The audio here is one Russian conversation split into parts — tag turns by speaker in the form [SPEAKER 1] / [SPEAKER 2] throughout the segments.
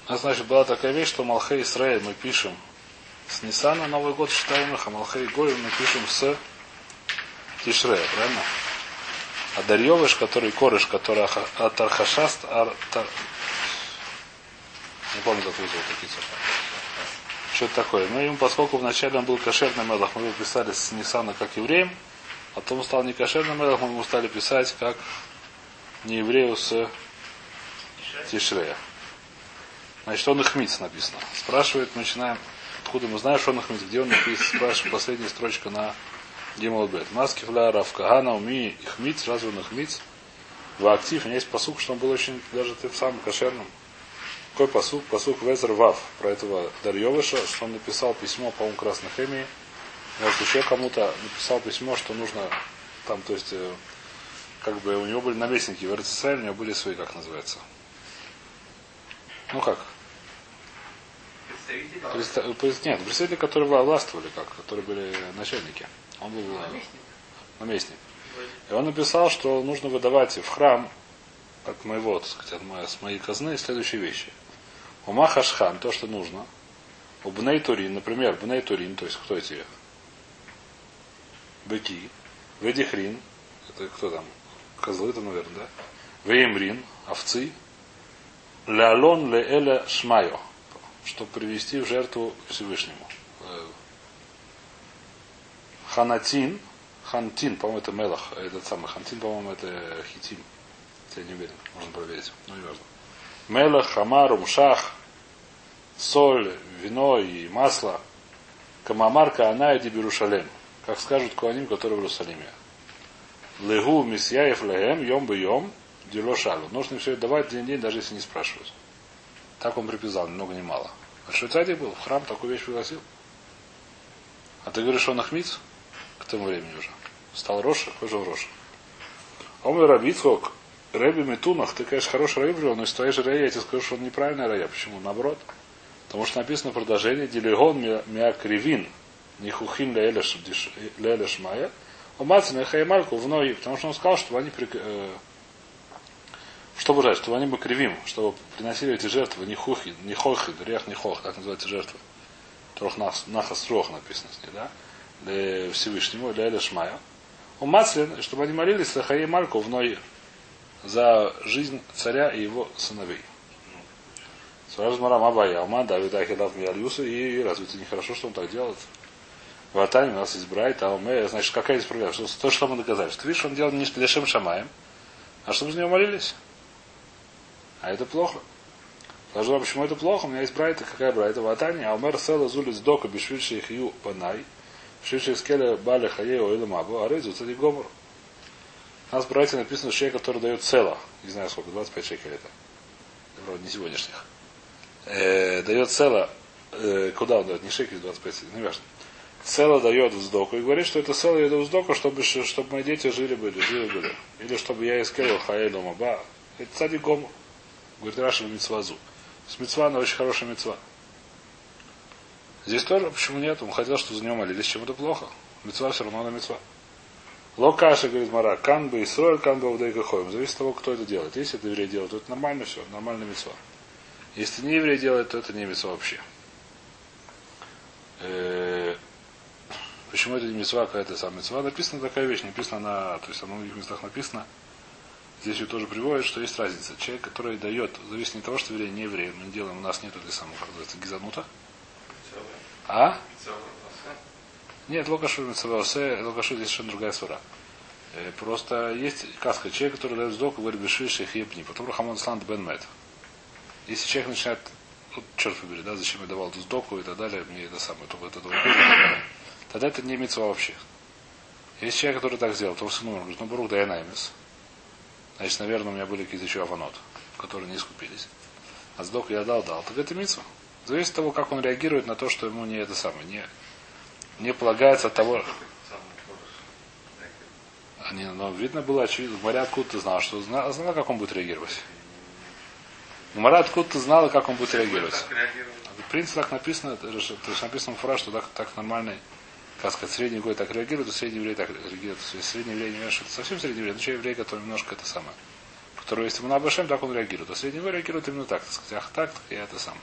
[SPEAKER 1] Значит, была такая вещь, что Малхей Исраэль мы пишем с Ниссана, Новый год считаем их, а Малхей Гоим мы пишем с Тишрея, правильно? А Дарьевыш, который Корыш, который от Архашаст, не помню, как вызвал такие цифры. Что это такое? Мы ему, поскольку вначале он был кошерным мелах, мы его писали с Ниссана как евреем, а потом он стал не кошерным мелах, мы ему стали писать как не еврею с Тишрея. Значит, он ихмиц написано. Спрашивает, начинаем, откуда мы знаем, что он ихмиц, где он написан, спрашивает последняя строчка на Гималбет. Маски фля Равкагана уми ихмиц, разве он ихмиц? В актив, у меня есть посук, что он был очень даже тем самым кошерным. Какой посук? Посук Везер Вав, про этого Дарьевыша, что он написал письмо, по-моему, Красной Хемии. Может, еще кому-то написал письмо, что нужно там, то есть, как бы у него были наместники в Эрец-Исраэль, у него были свои, как называется. Ну как? Нет, представители, которые властвовали, как, которые были начальники. Он был наместник. И он написал, что нужно выдавать в храм, от моего, так сказать, с моей казны, следующие вещи. Ума хашхан, то, что нужно. У Бней Турин, например, Бней Турин, то есть кто эти? Быки. Ведихрин, это кто там? Козлы, это, наверное, да? Веемрин, овцы. Леалон леэля шмайо, чтобы привести в жертву Всевышнему. Ханатин, Хантин, по-моему, это Мелах, этот самый Хантин, по-моему, это Хитим. Я не уверен, можно проверить, но не важно. Мелах, Хамар, Умшах, соль, вино и масло. Камамарка, Аная, Дибирушалем. Как скажут Куаним, которые в Иерусалиме. Легу, Мисьяев, Лехем, Йом бы Йом, Дило Шалу. Нужно все это давать день, даже если не спрашивают. Так он приписал, ни много ни мало. А что цадик был? В храм такую вещь пригласил. А ты говоришь, он ахмиц? К тому времени уже. Стал Роша, какой же он Роша? Омер Рабицхок, Рэби Метунах, ты, конечно, хороший райя привел, но из твоей же райя я тебе скажу, что он неправильный райя. Почему? Наоборот. Потому что написано продолжение Дилегон Миакривин Нихухин Леэля Шмая. Умацина Хаймальку в ноги, потому что он сказал, чтобы они чтобы жать, чтобы они бы кривим, чтобы приносили эти жертвы не хохи, грех не хох, так называется жертвы. Трох нахасрох написано с ней, да? Для Всевышнему, для Эля Шмая. Умацлин, чтобы они молились за Хаей Мальку в ноги, за жизнь царя и его сыновей. Сразу Марам Абая, Алма, Давида Ахилав Миальюса, и разве это нехорошо, что он так делает? В Атане у нас есть Брайт, Алме, значит, какая здесь проблема? То, что мы доказали. Что ты видишь, он делал не для Шем Шамаем, а чтобы за него молились. А это плохо. Скажу, почему это плохо? У меня есть Брайта, какая Брайта? В Атане, Алмер Села Зулиц Дока, Бешвидши их Ю Панай, Бешвидши Скеля Баля Хаео или Мабу, а Рейзу Цади Гомор. У нас в Брайте написано, что человек, который дает цела, не знаю сколько, 25 шекелей это. Вроде не сегодняшних. Дает цела, куда он дает? Не шекелей 25, не важно. Цела дает вздоку и говорит, что это цела дает вздоку, чтобы мои дети жили были. Или чтобы я искал Хаео Маба. Это Цади Гомор. Говорит, Раша мицвазу. С мицва она очень хорошая мицва. Здесь тоже, почему нет? Он хотел, чтобы за него молились, чем это плохо. Мицва все равно на мицва. Локаша, говорит Мара, кан бы Исроэль, кан бы Авдейка Хоем. Зависит от того, кто это делает. Если это еврей делает, то это нормально все, нормальная мицва. Если не еврей делает, то это не мицва вообще. Почему это не мицва, какая-то сам мицва? Написана такая вещь, написано на, то есть в многих местах написано. Здесь ее тоже приводит, что есть разница. Человек, который дает, зависит не от того, что еврей, не еврей. Мы не делаем, у нас нет этой самой, как называется, гизанута. А? Нет, локашу митцваосе, локашу здесь совершенно другая свара. Просто есть каска. Человек, который дает сдоку, говорит, бешвиши хепни. Потом Рахамон Сланд Бен Мет. Если человек начинает, вот черт побери, да, зачем я давал эту сдоку и так далее, мне это самое, только это тогда это не митцва вообще. Есть человек, который так сделал, то сыну говорит, ну Барух, да я наймес. Значит, наверное, у меня были какие-то еще аванот, которые не искупились. А сдок я дал. Так это митцва. Зависит от того, как он реагирует на то, что ему не это самое, не полагается от того. Но видно было, очевидно, Гмара откуда-то знал, что знала, как он будет реагировать. Гмара откуда-то знала, как он будет реагировать. В принципе, так написано, то есть написано в фразе, что так нормальный, как сказать, средний еврей так реагирует, а средний еврей так реагирует. Если средний еврей не что это совсем средний еврей, но человек еврей, который немножко это самое, который есть ему на Башем, так он реагирует. А средний Гой реагирует именно так сказать. Ах, так, я это самое.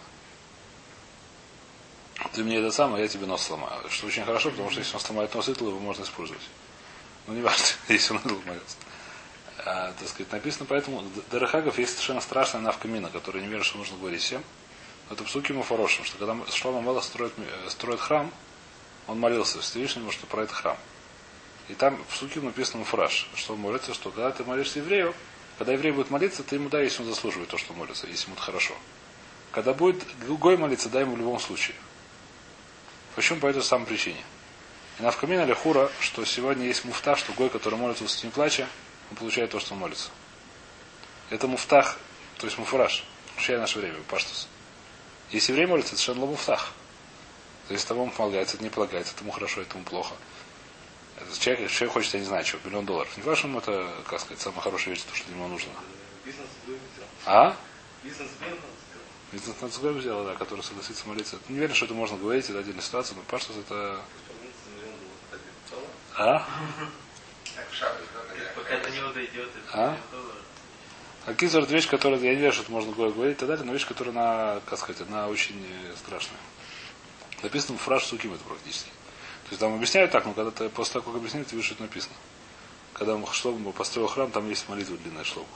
[SPEAKER 1] Ты мне это самое, я тебе нос сломаю. Что очень хорошо, потому что если он сломает нос Итла, его можно использовать. Ну, не важно, если он Итл молится. Так сказать, написано, поэтому Дарахагов есть совершенно страшная навкамина, которая не верит, что нужно говорить всем. Это псуки ему хорошим, что когда Шломо Мелах строит храм, он молился Всевышнему, что про это храм. И там в псуке написано фраж, что он молится, что когда ты молишься еврею, когда еврей будет молиться, ты ему дай, если он заслуживает то, что молится, если ему это хорошо. Когда будет Гой молиться, дай ему в любом случае. Почему? По этой самой причине. И навкамина лехура, что сегодня есть муфтах, что Гой, который молится в высоте не плача, он получает то, что он молится. Это муфтах, то есть муфраж, включая наше время, паштус. Если еврей молится, это совершенно муфтах. То есть тому полагается, это не полагается, этому хорошо, этому плохо. Этот человек хочет, я не знаю, чего, $1 миллион. Не важно, что ему это, как сказать, самая хорошая вещь, то, что ему нужно. А? Бизнес надо с сделал, да, который согласится молиться. Не верю, что это можно говорить, это отдельная ситуация, но паштус это... А?
[SPEAKER 2] Пока до него дойдет,
[SPEAKER 1] а? Кизор это вещь, которая, я не верю, что это можно говорить и так далее, но вещь, которая, она, как сказать, она очень страшная. Написано в фраж суким это практически. То есть там объясняют так, но когда ты после того, как объясняют, ты видишь, что это написано. Когда Шломо построил храм, там есть молитва длинная Шломо.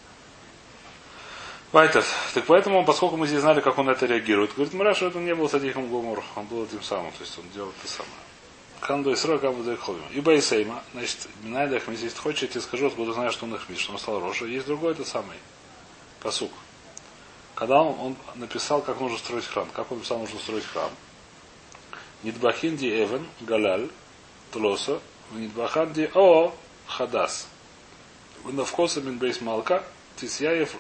[SPEAKER 1] Вайтер. Так поэтому, поскольку мы здесь знали, как он на это реагирует, говорит, Мара, что это не был садихом гомор, он был этим самым, то есть он делал это самое. Канду и срок, канду и ховим. Ибо и сейма, значит, Минайда Ахмис, если хочешь, я тебе скажу, откуда знаешь, что он Ахмис, что он стал Роша. Есть другой, это самый посук. Когда он написал, как нужно строить храм, как он написал, нужно строить храм. Нидбахин ди эвен, галаль, тлоса, нидбахан ди о, хадас. Навкоса мин бейс малка, тисьяев.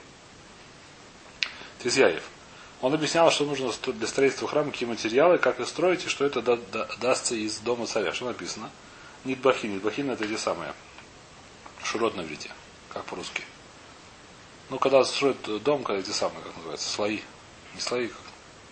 [SPEAKER 1] Он объяснял, что нужно для строительства храма, какие материалы, как их строить, и что это дастся из дома царя. Что написано? Нидбахин. Нидбахин это те самые шурот на врите. Как по-русски. Ну, когда строят дом, когда эти самые, как называется, слои. Не слои, как.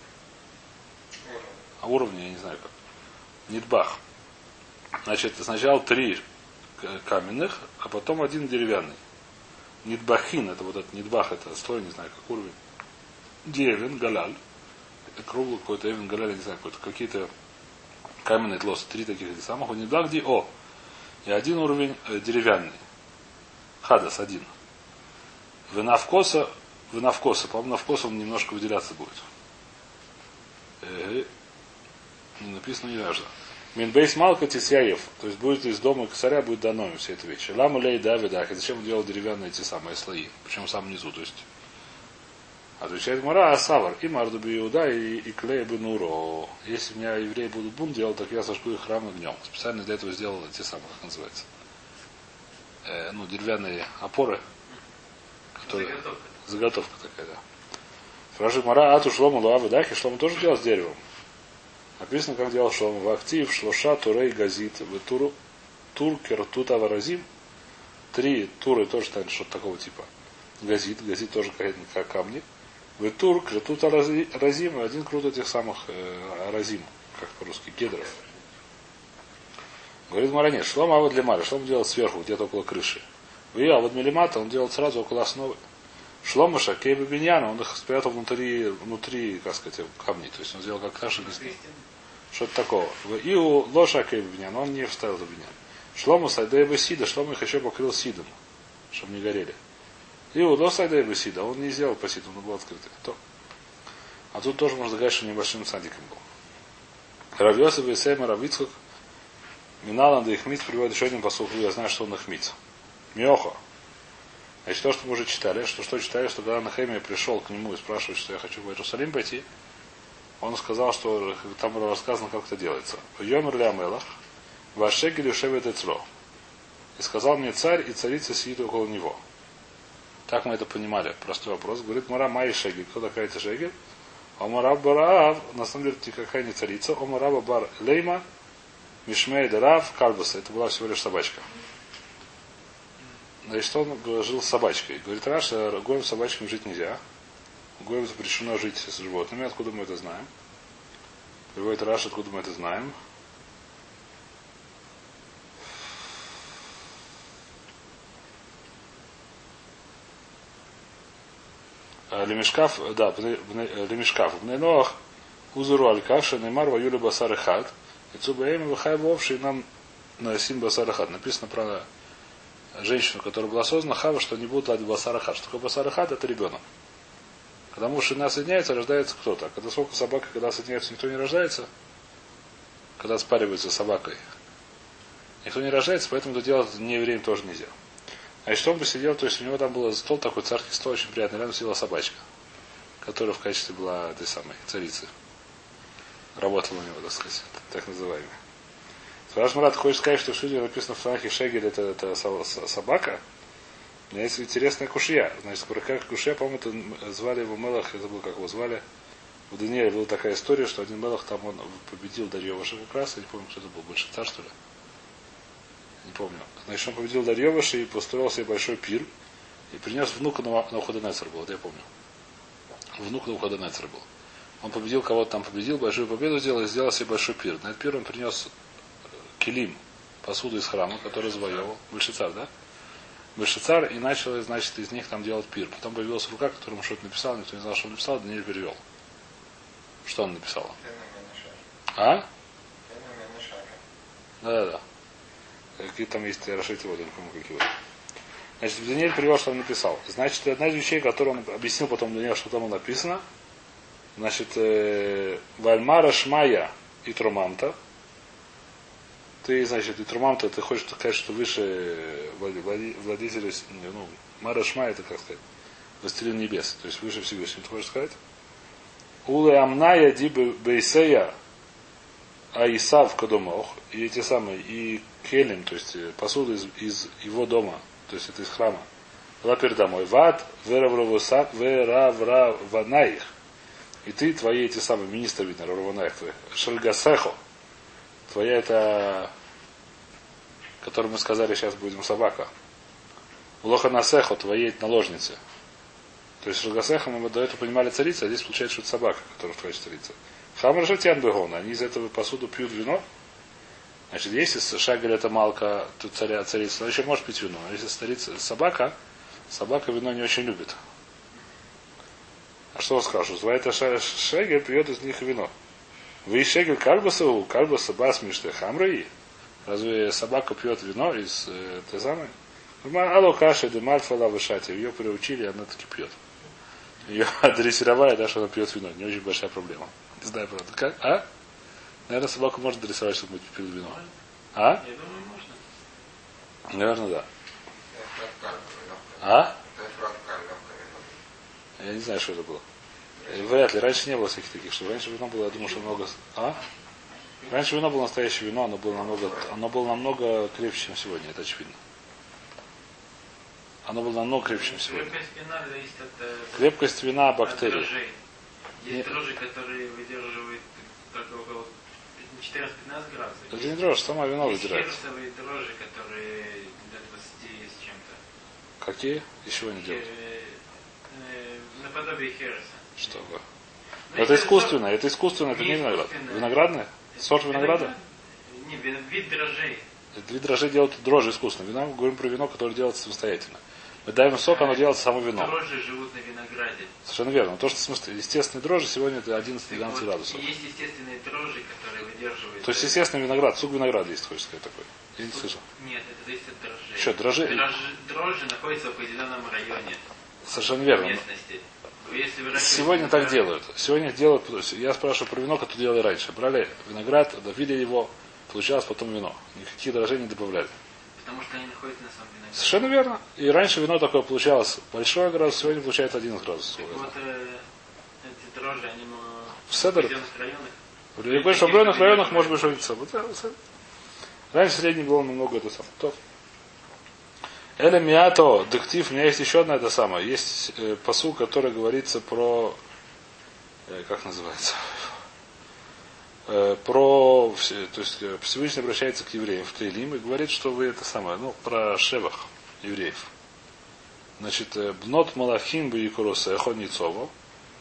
[SPEAKER 1] А уровни, я не знаю как. Нидбах. Значит, сначала 3 каменных, а потом 1 деревянный. Нидбахин, это вот этот нидбах, это слой, не знаю, как уровень. Девин, галаль. Это круглый какой-то эвен, галаль, я не знаю, какие-то каменные тлосы. 3 таких самых. Нидбах ди о. И 1 уровень деревянный. Хадас 1. Винавкоса, по-моему, навкоса он немножко выделяться будет. Не написано, не важно. Минбейс Малка Тисяев, то есть будет из дома царя, будет дано им все эти вещи. Ламу лей давидах, и зачем он делал деревянные эти самые слои? Причем в самом низу, то есть. Отвечает Мара, Асавар, и Мардуби Иуда, и Клея Бенуро. Если у меня евреи будут бунт делать, так я сожгу их храм огнем. Специально для этого сделал те самые, как называется. Деревянные опоры, которые. Заготовка такая, да. Спрашивает Мара, Ату Шлому Луавы Дахи, Шлому тоже делал с деревом. Написано, как делал Шлому. Вахтив, Шлоша, Турей, Газит, Тур, Кертут, Аваразим. 3 туры тоже станет что-то такого типа. Газит тоже как камни. Тур, Кертут, Аразим, и 1 крут этих самых Аразим, как по-русски, кедров. Говорит Мара, нет, Шлом Ава для Мара. Шлом делал сверху, где-то около крыши. А вот Мелимата он делал сразу около основы. Шломаша, Кейба Биньяна, он их спрятал внутри, как сказать, камней. То есть он сделал как каша без них. Что-то такого. И у Лоша Кейба Биньяна, он не вставил до Биньяна. Шлому Сайдеба Сида, Шлому их еще покрыл сидом, чтобы не горели. И у Лоса Сайдеба Сида, он не сделал по сиду, он был открытый. А тут тоже можно сказать, что небольшим садиком был. Равьосов и Сейма Равицкак, Миналан да Ихмиц приводит еще один посуд, я знаю, что он Ихмиц. Миохо. Значит, то, что мы уже читали, что читали, что когда Нахемия пришел к нему и спрашивает, что я хочу в Иерусалим пойти, он сказал, что там было рассказано, как это делается. Йомер ля Мелах, Вашегель Юшевет Эцро. И сказал мне царь, и царица сидит около него. Так мы это понимали. Простой вопрос. Говорит Мара Май Шегель. Кто такая эта Шегель? Омараб Бараав, на самом деле никакая не царица. Омараба Бар Лейма, Мишмей Дарав, Кальбаса. Это была всего лишь собачка. Значит, он жил с собачкой. Говорит, Раша, гоем с собачками жить нельзя. Гоем запрещено жить с животными. Откуда мы это знаем? Приводит Раша, откуда мы это знаем? Лемешкаф, да, Лемешкаф. В Нейноах Узуру Алькавши Неймар Ваюля Басар Хат. И Цубаэми Вахай Вовши нам Насим Басар Хат. Написано про женщину, которая была создана, Хава, что не будут ладить Басар Хат. Что такое Басар Хат? Это ребенок. Когда муж и жена соединяются, рождается кто-то. А когда сколько собака, когда соединяются, никто не рождается. Когда спариваются с собакой, никто не рождается, поэтому это делать не евреям тоже нельзя. А что он бы сидел, то есть у него там был стол такой, царский стол, очень приятный, рядом сидела собачка, которая в качестве была этой самой царицы. Работала у него, так сказать, так называемая. Раш Марат хочет сказать, что в Шуде написано в Танахе Шегель это собака. У меня есть интересная кушья. Значит, как кушья, по-моему, это звали его Мелах, я забыл, как его звали. В Данииле была такая история, что один Мелах там он победил Дарьеваша как раз, я не помню, кто это был, больше царь, что ли? Не помню. Значит, он победил Дарьеваша и построил себе большой пир и принес внука на Навуходоносор был, это я помню. Внук на Навуходоносор был. Он победил кого-то там, победил, большую победу сделал и сделал себе большой пир. На этот пир он принес килим, посуду из храма, который завоевал. Большицар, да? Большицар, и начал, значит, из них там делать пир. Потом появилась рука, которому что-то написал, никто не знал, что он написал, Даниэль перевел. Что он написал? А? Да. Какие там есть расширить его, только какие вот. Значит, Даниэль перевел, что он написал. Значит, одна из вещей, которую он объяснил потом Даниэль, что там написано, значит, Вальмара Шмая и Трумамта. Ты, значит, и Трумамта, ты хочешь сказать, что выше владетеля, ну, Мара Шмая, это как сказать, властелин небес, то есть выше Всевышнего, ты хочешь сказать? Улы Амная Ди Бейсея Аисав Кадомох, и эти самые, и Келем, то есть посуда из его дома, то есть это из храма, была передо мной. Вад, Веравраванаих. И ты, твои эти самые, министры, видно, Раванаих твоих, Шальгасехо, твоя это, которую мы сказали, сейчас будем собака. Лоханасехо, твоей наложницы. То есть Шальгасехо мы до этого понимали царица, а здесь получается, что это собака, которая твоя царица. Хамаржатян Бегона, они из этого посуду пьют вино. Значит, если Шагаль это малка, тут царица, она еще может пить вино. А если собака вино не очень любит. А что он сказал? Что это Шегель пьет из них вино. Вы Шегель кальбаса бас миште хамраи. Разве собака пьет вино из той самой? Алло каши де мальфала вышати. Ее приучили, она таки пьет. Ее дрессировали, да, что она пьет вино. Не очень большая проблема. Не знаю, правда. Как? А? Наверное, собаку можно дрессировать, чтобы пил вино. А?
[SPEAKER 2] Я думаю, можно.
[SPEAKER 1] Наверное, да. А? Я не знаю, что это было. Вряд ли. Раньше не было всяких таких, что раньше вино было, я думаю, что много. А? Раньше вино было настоящее вино, оно было намного крепче, чем сегодня, это очевидно. Оно было намного крепче, чем сегодня.
[SPEAKER 2] Крепкость вина зависит от
[SPEAKER 1] крепкость вина бактерий.
[SPEAKER 2] дрожжей. Есть дрожжи, которые выдерживают около 14-15 градусов.
[SPEAKER 1] Это не дрожь, сама вино
[SPEAKER 2] есть
[SPEAKER 1] выдирается.
[SPEAKER 2] херсовые дрожжи, которые до 20 с чем-то.
[SPEAKER 1] Какие? Из чего они делают?
[SPEAKER 2] Наподобие хереса.
[SPEAKER 1] Что такое? Это искусственно, это не виноград. Виноградное? Сорт винограда?
[SPEAKER 2] Не, вид дрожжей.
[SPEAKER 1] Это вид дрожжей делают дрожжи искусственно. Вино, мы говорим про вино, которое делается самостоятельно. Мы даем сок, оно делается само вино.
[SPEAKER 2] Дрожжи живут на винограде.
[SPEAKER 1] Совершенно верно. То, что в смысле, естественные дрожжи сегодня это 11-12 градусов.
[SPEAKER 2] Есть естественные дрожжи, которые выдерживают.
[SPEAKER 1] То есть естественный виноград, сук винограда есть, хочешь сказать такой. Я не слышал.
[SPEAKER 2] Нет, это зависит от дрожжей.
[SPEAKER 1] Что, дрожжи?
[SPEAKER 2] Дрожжи находятся в определенном районе.
[SPEAKER 1] Совершенно верно.
[SPEAKER 2] Местности.
[SPEAKER 1] Сегодня так делают. Сегодня делают. Я спрашиваю про вино, которое делали раньше. Брали виноград, давили его, получалось потом вино. Никаких дрожжей не добавляли.
[SPEAKER 2] Потому что они находятся на самом винограде.
[SPEAKER 1] Совершенно верно. И раньше вино такое получалось большой градус, сегодня получается 11 градусов.
[SPEAKER 2] Так вот, эти дрожжи, они
[SPEAKER 1] в Седер?
[SPEAKER 2] определенных районах.
[SPEAKER 1] В любых определенных районах может быть что-нибудь. Вот, раньше в среднем было намного это самое. То. Эля миато, дектив, у меня есть еще одна это самое. Есть посыл, который говорится про, как называется, то есть Всевышний обращается к евреям в Тейлим и говорит, что вы это самое, ну, про шевах евреев. Значит, бнот малахим бы якуруса ехоницово,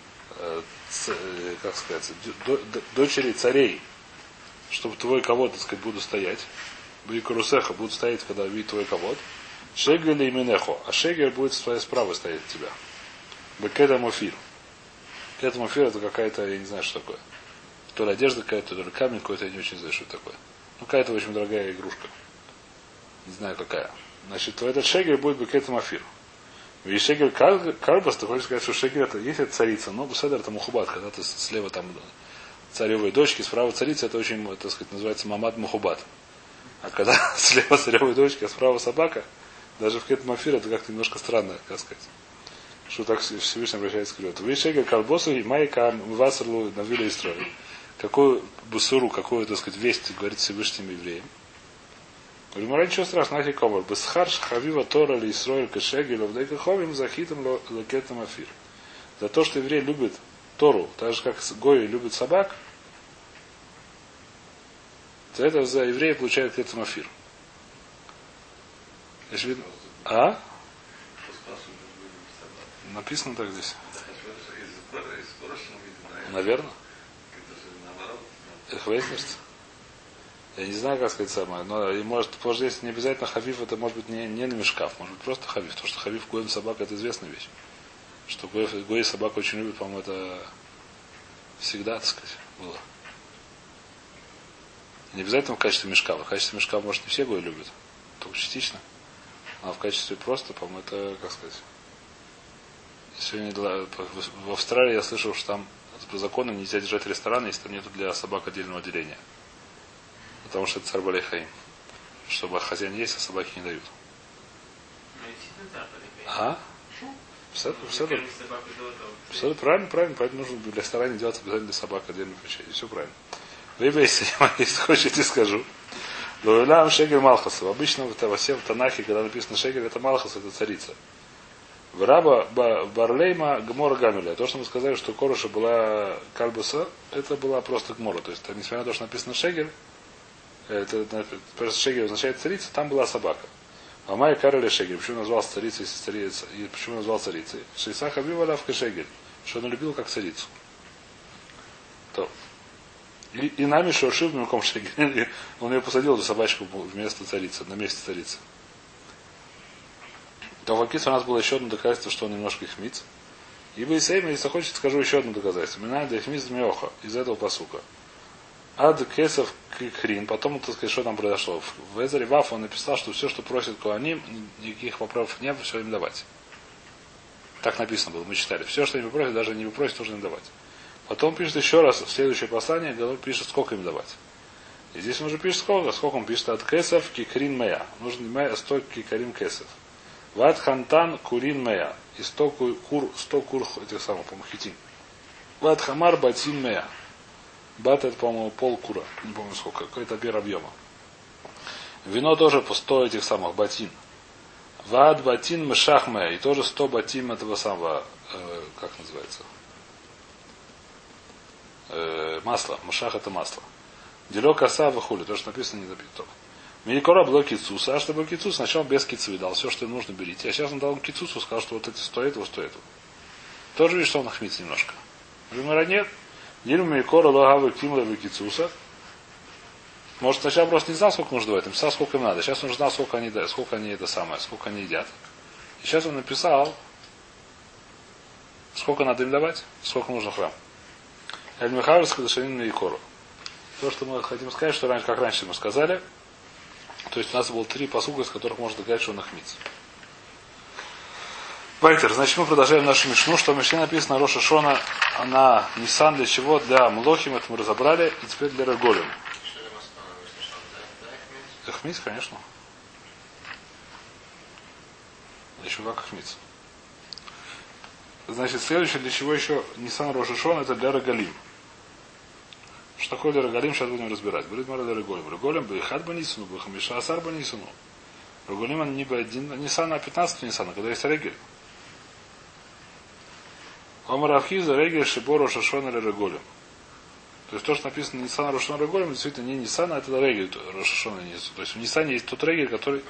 [SPEAKER 1] как сказать, дочери царей, чтобы твой ковод, так сказать, будут стоять. Бикурусеха будут стоять, когда видит твой ковод. Шегель и Минехо. А Шегель будет с твоей справа стоять от тебя. Бекетамофир. Кетамофир это какая-то, я не знаю, что такое. То ли одежда какая-то, то ли камень какой-то, я не очень знаю, что это такое. Ну, какая-то очень дорогая игрушка. Не знаю какая. Значит, этот шегель будет бекетамофир. И шегель карбас, ты хочешь сказать, что шегель это, если это царица, но беседер это мухубат, когда ты слева там царевые дочки, справа царица, это очень, так сказать, называется мамад мухубат. А когда слева царевые дочки, а справа собака, даже в кетамофир это как-то немножко странно, как сказать. Что так Всевышний обращается к лету. Вы шегель карбосу и майка васарлу навили и строили. Какую бусуру, какую, так сказать, весть говорит Всевышним евреям. Говорит, ничего страшного, нахи комар. Бесхарш хавива тора ли Исроэль кешегель, вдайка ховим захитом лакетом афир. За то, что еврей любит Тору, так же как Гои любит собак, за это за еврея получает кетом афир. А? Написано так здесь. Наверное. Их выяснишь? Я не знаю, как сказать самое, но и может, позже здесь не обязательно хавив, это может быть не на мешкаф, может быть просто хавив, потому что хавив гоем собака это известная вещь. Что гои собака очень любит, по-моему, это всегда, так сказать, было. Не обязательно в качестве мешкафа. В качестве мешкафа, может, не все гои любят, только частично. А в качестве просто, по-моему, это, как сказать. Сегодня в Австралии я слышал, что там по закону нельзя держать рестораны, если там нету для собак отдельного отделения. Потому что это царь Балейхаим. Чтобы хозяин есть, а собаки не дают. Ага. Все правильно, поэтому нужно в ресторане делать обязательно для собак отдельное помещение. Все правильно. Либо, если хочете, скажу. Лулям шегель Малхаса. Обычно во всем Танахе, когда написано шегель, это Малхас, это царица. В раба Барлейма Гмора Гамеля. То, что мы сказали, что Короша была Кальбуса, это была просто Гмора. То есть, несмотря на то, что написано шегель, это просто шегель означает царица, там была собака. А Майя Кароля Шегель. Почему назвал царицей, и почему назвал царицей? Шейса Хабива Лавка Шегель. Что он любил как царицу. То. И нами Шоршив Мелком Шегель. Он ее посадил, эту собачку, вместо царицы, на месте царицы. То в Акице у нас было еще одно доказательство, что он немножко хмиц. И в Исейме, если хочет, скажу еще одно доказательство. Минайда хмиц Меоха из этого посука. Ад Кесов Кхрин. Потом, так сказать, что там произошло. В Эзере Ваф он написал, что все, что просит Коаним, никаких поправок нет, все им давать. Так написано было, мы читали. Все, что им попросят, даже не попросят, нужно им давать. Потом пишет еще раз, в следующее послание, пишет, сколько им давать. И здесь он уже пишет сколько он пишет. От Кесов Кикрин Мея. Нужно 100 Кикарин Кесов. Ват Хантан Курин Мея. И 100 кур этих самых, по-моему, хитин. Ват Хамар Батин Мея. Бат это, по-моему, полкура. Не помню сколько. Какой-то объем объема. Вино тоже по 100 этих самых батин. Вад батин мешахме. И тоже 100 батин этого самого, как называется? Масло. Мешах это масло. Делё коса выхули. То, что написано, не запито. Меликора было кицуса. А чтобы кицус, сначала без кицу дал. Все, что им нужно, берите. А сейчас он дал кицусу, сказал, что вот эти 100 этого, 100 этого. Тоже видишь, что он хмится немножко. Говорю, нет. Дильми кора лагавы кимла викицуса. Может, сначала просто не знал, сколько нужно давать, написал, сколько им надо. Сейчас он знал, сколько они это самое, сколько они едят. И сейчас он написал, сколько надо им давать, сколько нужно храм. Эль Михайловск Дашанин и Кору. То, что мы хотим сказать, что раньше, как раньше мы сказали, то есть у нас было 3 посуга, из которых можно доказать, что он ахмиц. Вайтер, значит, мы продолжаем нашу мишну, что в мишне написано Роша Шона на Нисан для чего? Для Млохим, это мы разобрали, и теперь для Реголем. Ахмиц, конечно. Еще как ахмиц. Значит, следующее, для чего еще Нисан Роша Шона, это для Реголим. Что такое для Реголим, сейчас будем разбирать. Будет мара для Реголем. Реголем бы хат банисуну, бы хамиша асар банисуну. Реголим он не бы один Нисана, а 15 Нисана, когда есть Регель. Омар Авхиза Регель Шибо Рошашон или Реголем. То есть то, что написано Нисан Рошашон Реголем, действительно не Нисана, это Регель Рошашон и Нису. То есть в Нисане есть тот Регель, который...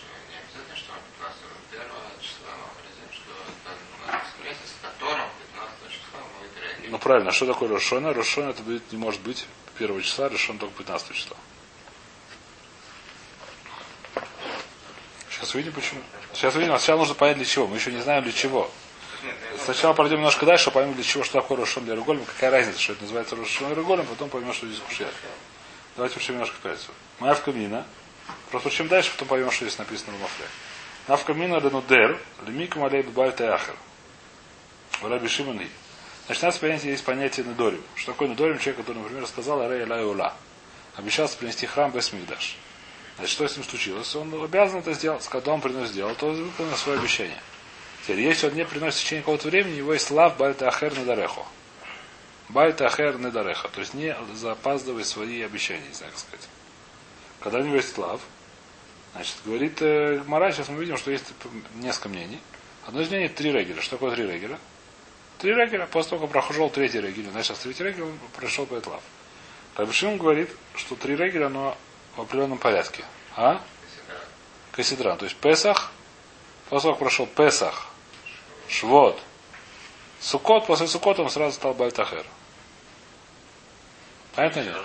[SPEAKER 1] Ну правильно, а что такое Рошашон? Рошашон это будет, не может быть 1 числа, Рошашон только 15 числа. Сейчас увидим почему. Сейчас увидим, а сначала нужно понять для чего. Мы еще не знаем для чего. Сначала пройдем немножко дальше, поймем, для чего, что такое Рошон для Реголем, какая разница, что это называется Рошон Реголем, потом поймем, что здесь кушья. Давайте учим немножко пятницу. Навка мина. Просто учим дальше, потом поймем, что здесь написано в Мафле. Навка мина ленудер, лемикум алей бабаль теахер. Раби Шимон. Значит, у нас есть понятие недорим. Что такое недорим? Человек, который, например, сказал арей ла ула. Обещался принести храм без мигдаш. Значит, что с ним случилось? Он обязан это сделать. Когда он принес дело, то он выполнил свое обещание. Теперь, если он не приносит в течение какого-то времени, его есть лав бальта ахер недарехо. Бальта ахер недареха. То есть не запаздывай свои обещания, не знаю, как сказать. Когда у него есть лав, значит, говорит Гмара, сейчас мы видим, что есть несколько мнений. Одно из мнений 3 регеля. Что такое 3 регеля? 3 регеля, после того, как прошел 3-й регель, значит, с 3-й регель он пришел по лав. Раби Шимон говорит, что 3 регеля, оно в определенном порядке. А? Касидран. То есть Песах, после того, как прошел Песах, Швот, Суккот, после Суккота он сразу стал Бальтахер. Понятно нет?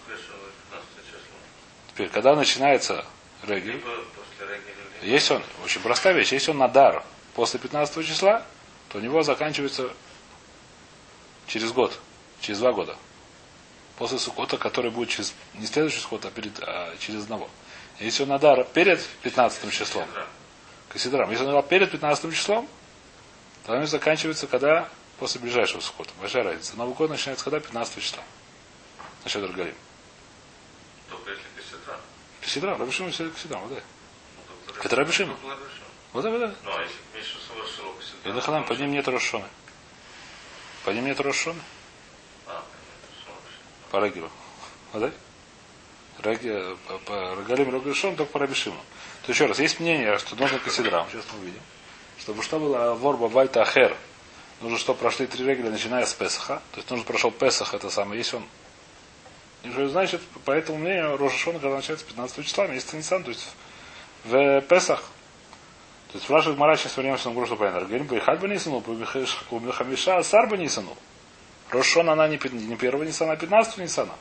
[SPEAKER 1] Теперь, когда начинается регель, если он, очень простая вещь, если он надар после 15 числа, то у него заканчивается через год, через 2 года. После Суккота, который будет через, не следующий Суккот, а через одного. Если он надар перед 15 числом, Касидрам, если он надар перед 15 числом, то он заканчивается когда? После ближайшего Суккота. Большая разница. Новый год начинается когда? 15 числа. Насчет Аргалим.
[SPEAKER 2] Только если Касидрам.
[SPEAKER 1] Касидрам, Рабишим, Касидрам, вот да. Это Рабишим. Вот да, вот да.
[SPEAKER 2] Ну, а если меньше совершил Касидрам?
[SPEAKER 1] Едаханам, под ним нет Рошоны. Под ним нет Рошоны. По Регелу. Вот да? По Рогалим Рогрешон, только по Рабишиму. То еще раз, есть мнение, что нужно Касидрам. Сейчас мы увидим. Чтобы что было ворба Вальта Ахер, нужно, чтобы прошли 3 регеля, начиная с Песаха. То есть нужно прошел Песах, это самое. Если он. И что значит, по этому мнению, Рожешона, когда начинается 15 числа, месяца Нисан, то есть в Песах. То есть спрашивает Мара, сейчас вернемся на грушу понятно. Говорим, Бейхад Банисану, у Мехамиша Сар Банисану. Рошона она не 1 Нисана, а 15 Нисана.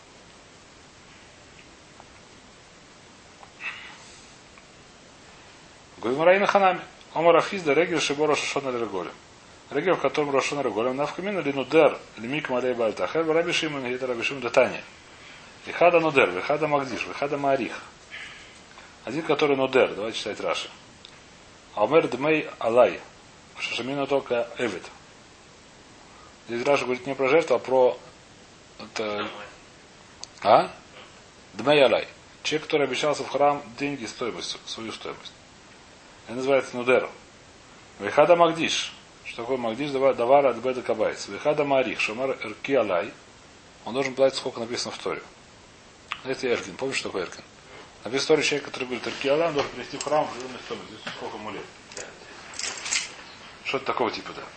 [SPEAKER 1] Говорим, Раина Ханами. Омар Афизда Регель Шибо Рошона Реголем. Регель, в котором Рошона Реголем, навкамина линудер, лимик малей бальтахер, Раби Шимон, это Раби Шимон Датания. Вихада Нудер, Вихада Магдиш, Вихада Маарих. Один, который Нудер, давайте читать Раши. Аумер Дмей Алай. Шашамина только Эвид. Здесь Раша говорит не про жертву, а про это... А? Дмей Алай. Человек, который обещался в храм деньги стоимостью, свою стоимость. Это называется Нудер. Вихада Магдиш. Что такое Магдиш? Давара Адбеда Кабайц. Вихада Маарих. Шамар Эрки Алай. Он должен платить, сколько написано в Торе. Это Эркин. Помнишь, что такое Эркин? Написано в Торе человек, который говорит, Эрки Алай, он должен принести в храм определенную стоимость. Здесь сколько ему лет. Что-то такого типа, да.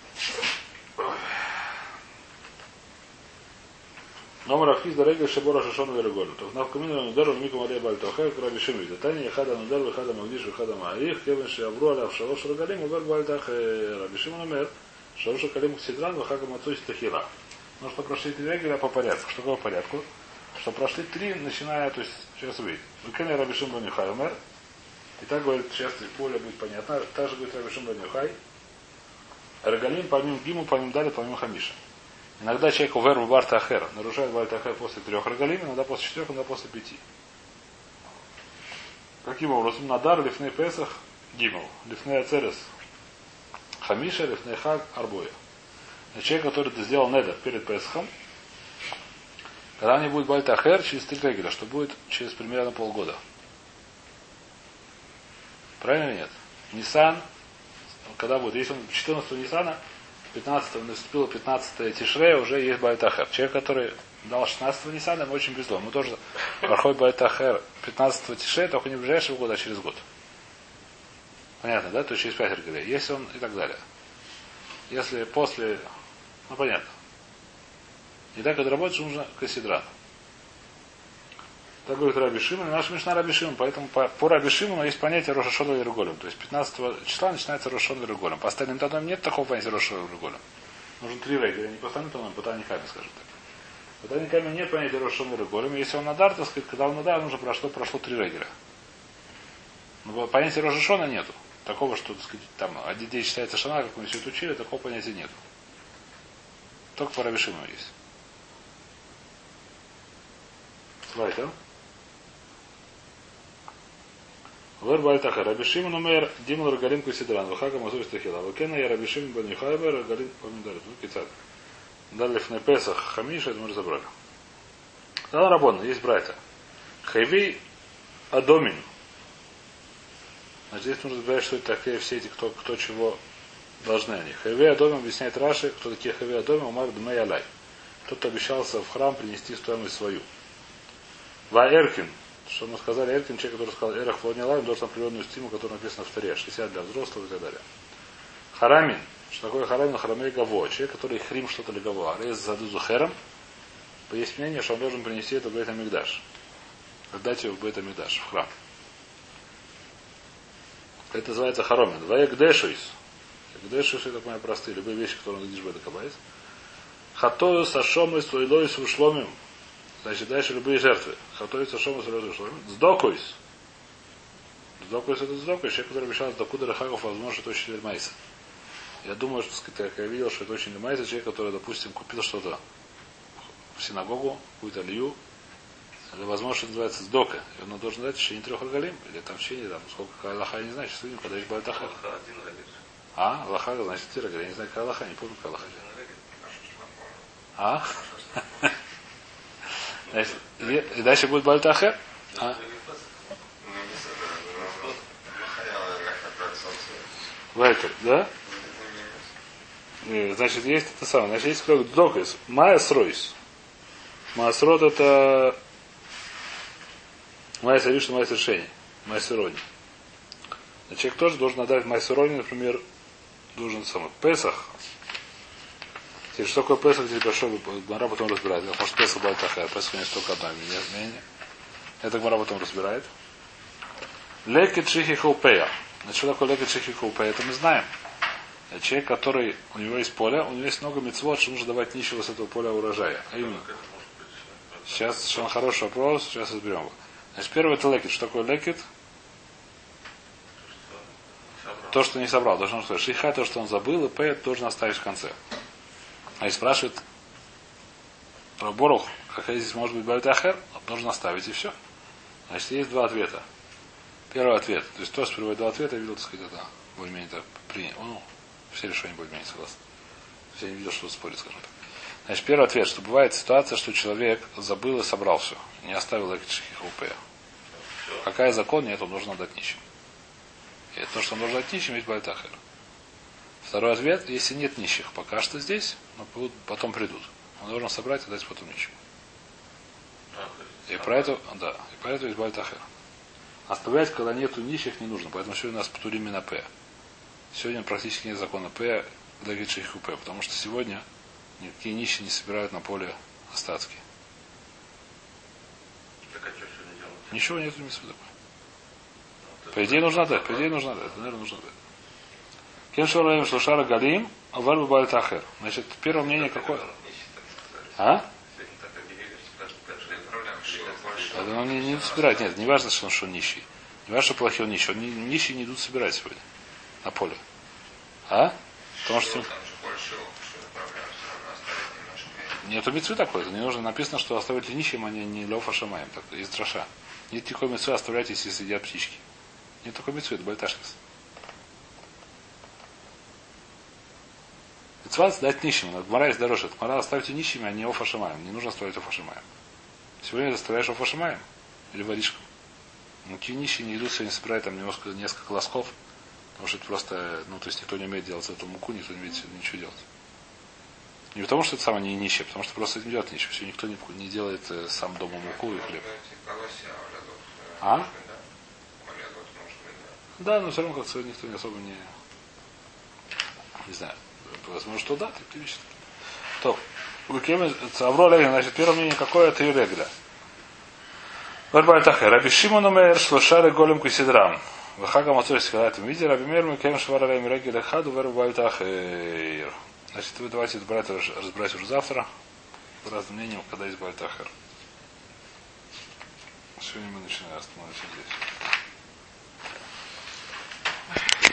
[SPEAKER 1] Номер Афиз Дарега Шебора Шашона Вереголю. То на вкамину Нудару Мику Мария Бальтахай, Краби Шимида. Таня Хада Нудар, Вихада Магдиш, Вихада Маарих, Кевин Шиавру, Аляв Шалош Рагалим, Убер Бальтахай, Раби Шимон Умер, Шалош Калим Ксидран, Вихага Мацусь Тахила. Ну, что прошли 3 регеля по порядку. Что такое по порядку? Что прошли 3, начиная, то есть, сейчас увидите. Выкали Раби Шимон Нюхай Умер. И так говорит, сейчас более будет понятно. Также говорит Раби Шимон Нюхай. Рагалим, помимо Гиму, помимо Дали, помимо Хамиша. Иногда человек веру Барта Ахер нарушает Барта Ахер после 3 рогалим, иногда после 4, иногда после 5. Каким образом? Надар, Лифней Песах, Гимел. Лифней Ацерес, Хамиша, Лифней Хаг, Арбоя. Человек, который это сделал недер перед Песахом, когда не будет Барта Ахер через 3 регеля, что будет через примерно полгода. Правильно или нет? Нисан, когда будет? Если он 14 Нисана, 15-го наступило 15-е Тишрея, уже есть Байтахер. Человек, который дал 16-го Ниссана, ему очень безло. Ему тоже проходит Байтахер 15-го Тишрея, только не в ближайшего года, а через год. Понятно, да? То есть через 5 регелей. Если он и так далее. Если после... Ну, понятно. И так, когда работаешь, нужно Касидран. Так говорит Раби Шимон, наш Мишна Раби Шимон, поэтому по Раби Шимону есть понятие Рошашона Вереголем. То есть 15 числа начинается Рошашона Вереголем. По остальным тонам нет такого понятия Рошашона Вереголем. Нужен 3 регеля, не по остальным тонам, по Таникаме, скажем так. По Таникаме нет понятия Рошашона Вереголем. Если он надар, так сказать, когда он надар, нужно прошло 3 регеля. Но понятия Рошашона нету. такого, что, так сказать, там один день считается шана, как мы все это учили, такого понятия нет. Только по Раби Шимону есть. Вайтер. Вербальтаха. Раби Шимон умер Димл Рагалим Кусидран. Вахака Мазур Стахила. Вакена я Раби Шимон бен Юхайбер Рагалим Помидалит. Ну, кицат. Дали в Песах Хамиша, это мы разобрали. Тогда Рабон, есть братья. Хайви Адомин. Значит, здесь нужно разбирать, что это такие все эти, кто чего должны они. Хайви Адомин объясняет Раши, кто такие Хайви Адомин, Умар Дмей Алай. Тот обещался в храм принести стоимость свою. Ва Эркин. Что мы сказали, Эркин, человек, который сказал Эрах Флони Лайм, должен определенную стиму, которая написана в Таре, 60 для взрослых и так далее. Харамин. Что такое харамин? Харамей Гаво. Человек, который хрим что-то ли Гаво. Арез задузу херам. Есть мнение, что он должен принести это в Бейт Амикдаш. Отдать его в Бейт Амикдаш, в храм. Это называется харомин. Ваек Дэшуис. Дэшуис, это понимаю, простые. Любые вещи, которые он видишь в Бейт Акабайс. Хатою сашомой суэлой сушломим. Значит, дальше любые жертвы. Хатою сашомой суэлой сушломим. Сдокуис. Сдокуис это сдокуис. Человек, который обещал докуда рахагов, возможно, это очень лельмайса. Я думаю, что, сказать, я видел, что это очень лельмайса. Человек, который, допустим, купил что-то в синагогу, какую-то алию, или, возможно, что это называется сдока. И он должен дать в течение 3 рогалим, или там в течение, там, сколько Аллаха, я не знаю, сейчас видим, когда есть Бальтахар. А? Аллаха, значит, 3 рогалим. Я не знаю, какая Аллаха, не помню, какая Аллаха. А? Значит, и дальше будет Бальтахар? А? Вайтер, да? Значит, есть это самое. Значит, есть кто докис. Майя сройс. Маасрод это майя вишна, майя решение. Майя сирони. Человек тоже должен отдать майя сирони, например, должен самый. Песах. Теперь, что такое Песах, здесь большой Гмара потом разбирает. Потому что Песах бывает такая. Песах у него только одна мнение. Это Гмара потом разбирает. Леки чихи хаупея. Значит, что такое леки чихи хаупея? Это мы знаем. Человек, который, у него есть поле, у него есть много мицвот, что нужно давать нищего с этого поля урожая. А именно. Сейчас совершенно хороший вопрос, сейчас разберем его. Значит, первый это лекит. Что такое лекит? То, что не собрал. Должен сказать. Шиха, то, что он забыл, и п должен оставить в конце. А если спрашивает Раборух, какая здесь может быть Бальтахер, он должен оставить и все. Значит, есть 2 ответа. Первый ответ. То есть то, что приводит 2 ответа, я видел, так сказать, это более-менее так принял. Ну, все решения более-менее согласны. Я не видел, что спорит, скажем так. Значит, первый ответ, что бывает ситуация, что человек забыл и собрал все. Не оставил эти шихихупея. Какая закон? Нет, он должен отдать нищим. И то, что он должен отдать нищим, есть Бальтахер. Второй ответ, если нет нищих пока что здесь, но потом придут. Он должен собрать и дать потом нищим. И про это, да, и про это есть Бальтахер. Оставлять, когда нету нищих, не нужно. Поэтому сегодня у нас Птурим на П. Сегодня практически нет закона П для Гетшихупе, потому что сегодня никакие нищие не собирают на поле остатки.
[SPEAKER 2] Так а что сегодня делать?
[SPEAKER 1] Ничего нету не собирают. По идее нужно дать. По идее нужно дать. Наверное, нужно дать. Кем шораем шлушара галим, а варбу бальтахер. Значит, первое мнение какое? А? Это он не идут собирать. Нет, не важно, что он нищий. Не важно, что плохой он нищий. Он нищие не идут собирать сегодня на поле. А? Потому что... Нет митцвы такой. Это не нужно. Написано, что оставить нищим, они не лёфа шамаем. Так, из дроша. Нет такой митцвы оставлять, если едят птички. Нет такой митцвы, это бальташкис. Митцва дать нищим. Гмара есть дороже. Гмара оставьте нищими, а не офа шамаем. Не нужно оставлять офа шамаем. Сегодня ты оставляешь офа шамаем. Или воришком. Никакие нищие не идут сегодня собирать там несколько колосков. Потому что это просто, ну, то есть никто не умеет делать эту муку, никто не умеет ничего делать. Не потому, что это самое не нищее, потому что просто этим делать ничего. Все никто не делает сам дома муку и хлеб. А? Да, но все равно как-то никто не особо не знаю. Возможно, что да, ты вещи. То. Авро Левин, значит, первое мнение какое, это Юрегля. Раби Шимон умер, шлошары голем кусидрам. Вахага Мацойс, когда это видели, Раби Мир, мы кем швара им регеля хаду, веру бальтахер. Значит, вы давайте разбирать уже завтра. По разным мнениям, когда есть бальтахер. Сегодня мы начинаем здесь.